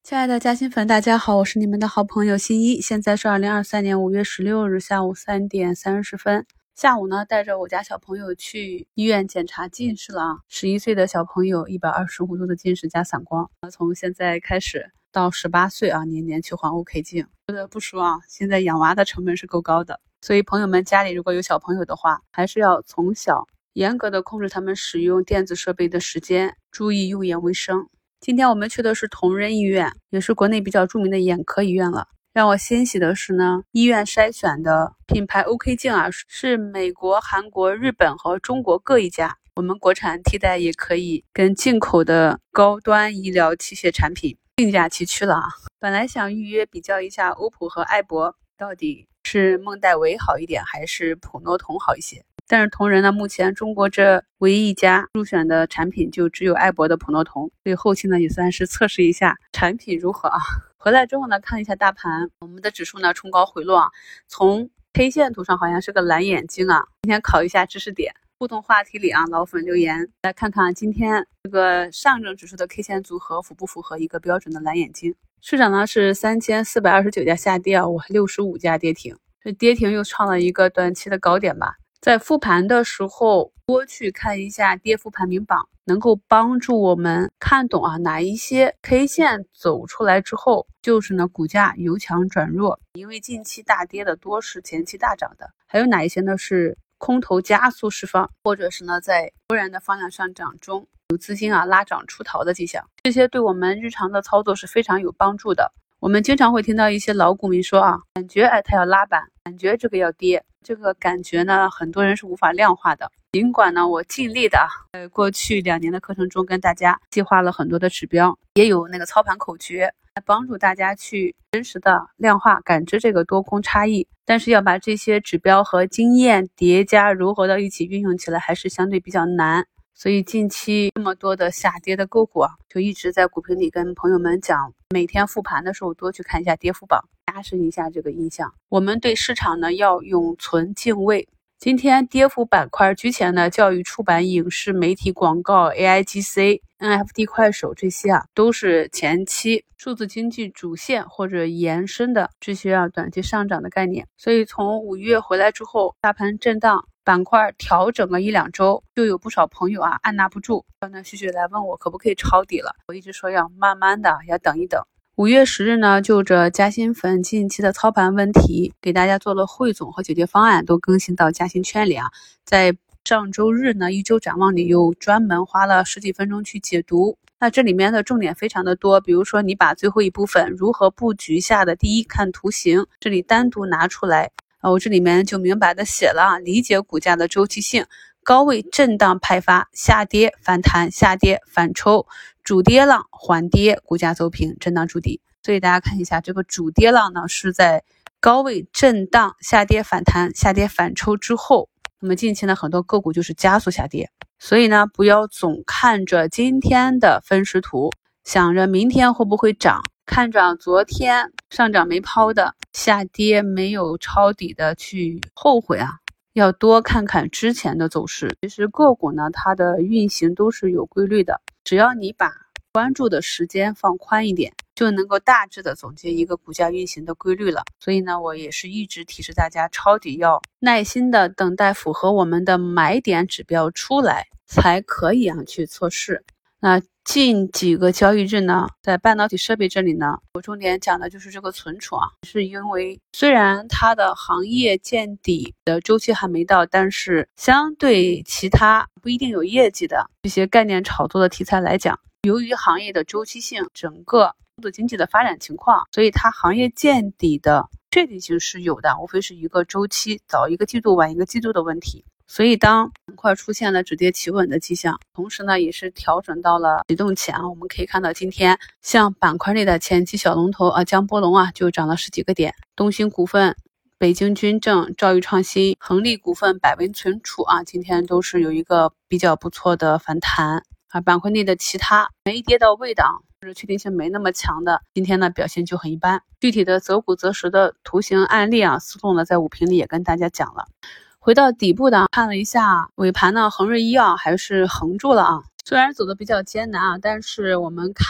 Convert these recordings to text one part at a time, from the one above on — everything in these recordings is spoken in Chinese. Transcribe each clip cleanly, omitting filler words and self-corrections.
亲爱的嘉兴粉，大家好，我是你们的好朋友新一。现在是2023年5月16日下午3点30分。下午呢，带着我家小朋友去医院检查近视了啊。11岁的小朋友125度的近视加散光，从现在开始到18岁啊，年年去换 OK 镜。不得不说啊，现在养娃的成本是够高的，所以朋友们家里如果有小朋友的话，还是要从小严格的控制他们使用电子设备的时间，注意用眼卫生。今天我们去的是同仁医院，也是国内比较著名的眼科医院了。让我欣喜的是呢，医院筛选的品牌 OK 镜啊，是美国、韩国、日本和中国各一家。我们国产替代也可以跟进口的高端医疗器械产品并驾齐驱了啊。本来想预约比较一下欧普和爱博，到底是孟戴维好一点还是普诺酮好一些。但是同仁呢，目前中国这唯一一家入选的产品就只有爱博的普诺酮，所以后期呢也算是测试一下产品如何啊。回来之后呢，看一下大盘，我们的指数呢冲高回落啊，从 K 线图上好像是个蓝眼睛啊。今天考一下知识点，互动话题里啊，老粉留言来看看今天这个上证指数的 K 线组合符不符合一个标准的蓝眼睛。市场呢是3429家下跌啊，我65家跌停，这跌停又创了一个短期的高点吧。在复盘的时候多去看一下跌幅排名榜，能够帮助我们看懂啊哪一些 K 线走出来之后就是呢股价由强转弱，因为近期大跌的多是前期大涨的，还有哪一些呢是空头加速释放，或者是呢在突然的方向上涨中有资金啊拉涨出逃的迹象，这些对我们日常的操作是非常有帮助的。我们经常会听到一些老股民说啊，感觉它要拉板，感觉这个要跌，这个感觉呢很多人是无法量化的。尽管呢我尽力的在过去2年的课程中跟大家计划了很多的指标，也有那个操盘口诀来帮助大家去真实的量化感知这个多空差异，但是要把这些指标和经验叠加糅合到一起运用起来还是相对比较难。所以近期这么多的下跌的个股啊，就一直在股评里跟朋友们讲，每天复盘的时候多去看一下跌幅榜，加深一下这个印象。我们对市场呢要永存敬畏。今天跌幅板块居前的教育出版、影视媒体广告、AIGC、NFT 快手这些啊，都是前期数字经济主线或者延伸的这些啊短期上涨的概念。所以从5月回来之后，大盘震荡，板块调整了1-2周，就有不少朋友啊按捺不住，断断续续来问我可不可以抄底了。我一直说要慢慢的，要等一等。5月10日呢，就着嘉兴粉近期的操盘问题，给大家做了汇总和解决方案，都更新到嘉兴圈里啊。在上周日呢，一周展望里又专门花了10几分钟去解读。那这里面的重点非常的多，比如说你把最后一部分如何布局下的第一看图形，这里单独拿出来。我这里面就明白的写了啊，理解股价的周期性，高位震荡派发，下跌反弹，下跌反抽，主跌浪缓跌，股价走平，震荡筑底。所以大家看一下，这个主跌浪呢是在高位震荡、下跌反弹、下跌反抽之后，那么近期呢很多个股就是加速下跌。所以呢不要总看着今天的分时图，想着明天会不会涨，看着昨天上涨没抛的，下跌没有抄底的去后悔啊，要多看看之前的走势。其实个股呢它的运行都是有规律的，只要你把关注的时间放宽一点，就能够大致的总结一个股价运行的规律了。所以呢我也是一直提示大家，抄底要耐心的等待符合我们的买点指标出来才可以去测试。那近几个交易日呢，在半导体设备这里呢，我重点讲的就是这个存储啊，是因为虽然它的行业见底的周期还没到，但是相对其他不一定有业绩的这些概念炒作的题材来讲，由于行业的周期性，整个数字经济的发展情况，所以它行业见底的确定性是有的，无非是一个周期早一个季度晚一个季度的问题。所以当板块出现了止跌企稳的迹象，同时呢也是调整到了启动前，我们可以看到今天像板块内的前期小龙头江波龙就涨了10几个点，东兴股份、北京军政、兆易创新、恒利股份、百威存储今天都是有一个比较不错的反弹板块内的其他没跌到位档或者确定性没那么强的，今天呢表现就很一般。具体的择股择时的图形案例思路呢在午评里也跟大家讲了。回到底部的看了一下尾盘呢，恒瑞医药还是横住了虽然走的比较艰难但是我们看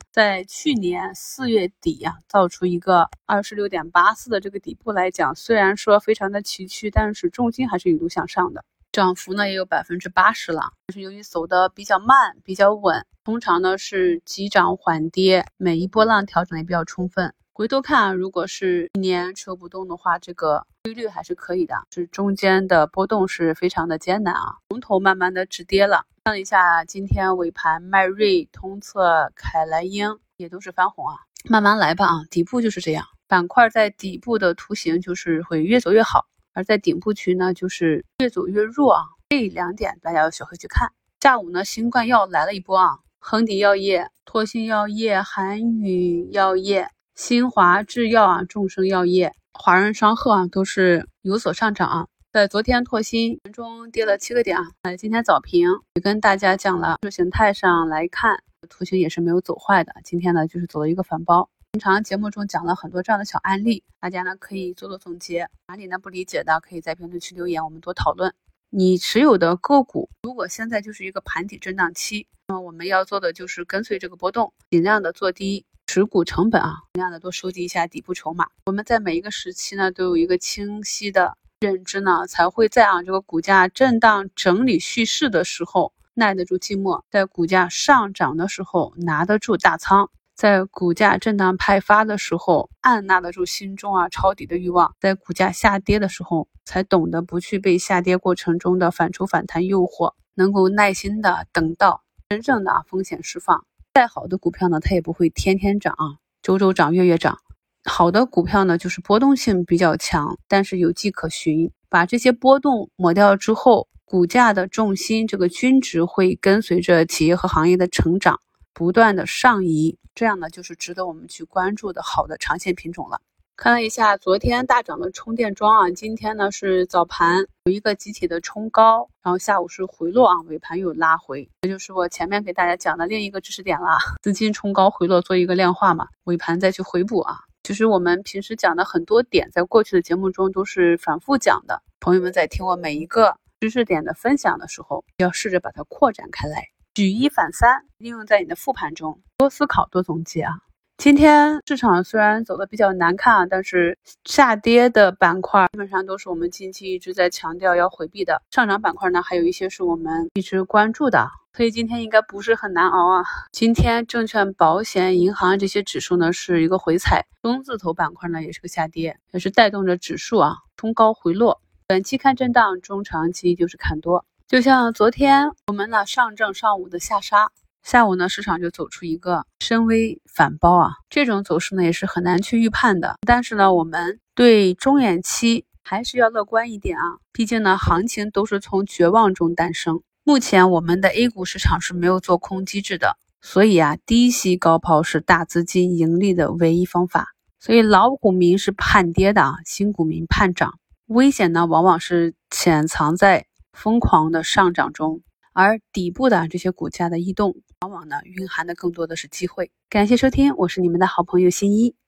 在去年4月底造出一个26.84的这个底部来讲，虽然说非常的崎岖，但是重心还是一路向上的，涨幅呢也有80%了。但是由于走的比较慢，比较稳，通常呢是急涨缓跌，每一波浪调整也比较充分。回头看如果是1年持有不动的话，这个规律还是可以的，是中间的波动是非常的艰难从头慢慢的止跌了。看了一下今天尾盘，迈锐、通策、凯莱英也都是翻红慢慢来吧底部就是这样，板块在底部的图形就是会越走越好，而在顶部区呢就是越走越弱这2点大家要学会去看。下午呢，新冠药来了一波恒迪药业、拓信药业、韩宇药业、新华制药众生药业、华润商鹤都是有所上涨在昨天拓新盘中跌了7个点今天早评也跟大家讲了，就形态上来看图形也是没有走坏的，今天呢就是走了一个反包。平常节目中讲了很多这样的小案例，大家呢可以做做总结，哪里呢不理解的可以在评论区留言，我们多讨论。你持有的个股如果现在就是一个盘底震荡期，那么我们要做的就是跟随这个波动，尽量的做低持股成本尽量的多收集一下底部筹码。我们在每一个时期呢都有一个清晰的认知呢，才会在这个股价震荡整理蓄势的时候耐得住寂寞，在股价上涨的时候拿得住大仓，在股价震荡派发的时候按捺得住心中抄底的欲望，在股价下跌的时候才懂得不去被下跌过程中的反抽反弹诱惑，能够耐心的等到真正的风险释放。再好的股票呢，它也不会天天涨周周涨月月涨，好的股票呢就是波动性比较强，但是有迹可循，把这些波动抹掉之后，股价的重心这个均值会跟随着企业和行业的成长不断的上移，这样呢就是值得我们去关注的好的长线品种了。看了一下昨天大涨的充电桩今天呢是早盘有一个集体的冲高，然后下午是回落尾盘又拉回，这就是我前面给大家讲的另一个知识点了，资金冲高回落做一个量化嘛，尾盘再去回补其实我们平时讲的很多点在过去的节目中都是反复讲的，朋友们在听我每一个知识点的分享的时候要试着把它扩展开来，举一反三，应用在你的复盘中，多思考多总结今天市场虽然走的比较难看但是下跌的板块基本上都是我们近期一直在强调要回避的，上涨板块呢还有一些是我们一直关注的，所以今天应该不是很难熬今天证券保险银行这些指数呢是一个回踩，中字头板块呢也是个下跌，也是带动着指数冲高回落，短期看震荡，中长期就是看多。就像昨天我们呢上证上午的下杀，下午呢市场就走出一个深 V 反包这种走势呢也是很难去预判的，但是呢我们对中远期还是要乐观一点毕竟呢行情都是从绝望中诞生，目前我们的 A 股市场是没有做空机制的，所以低吸高抛是大资金盈利的唯一方法，所以老股民是盼跌的新股民盼涨，危险呢往往是潜藏在疯狂的上涨中，而底部的这些股价的异动往往呢蕴含的更多的是机会。感谢收听，我是你们的好朋友新一。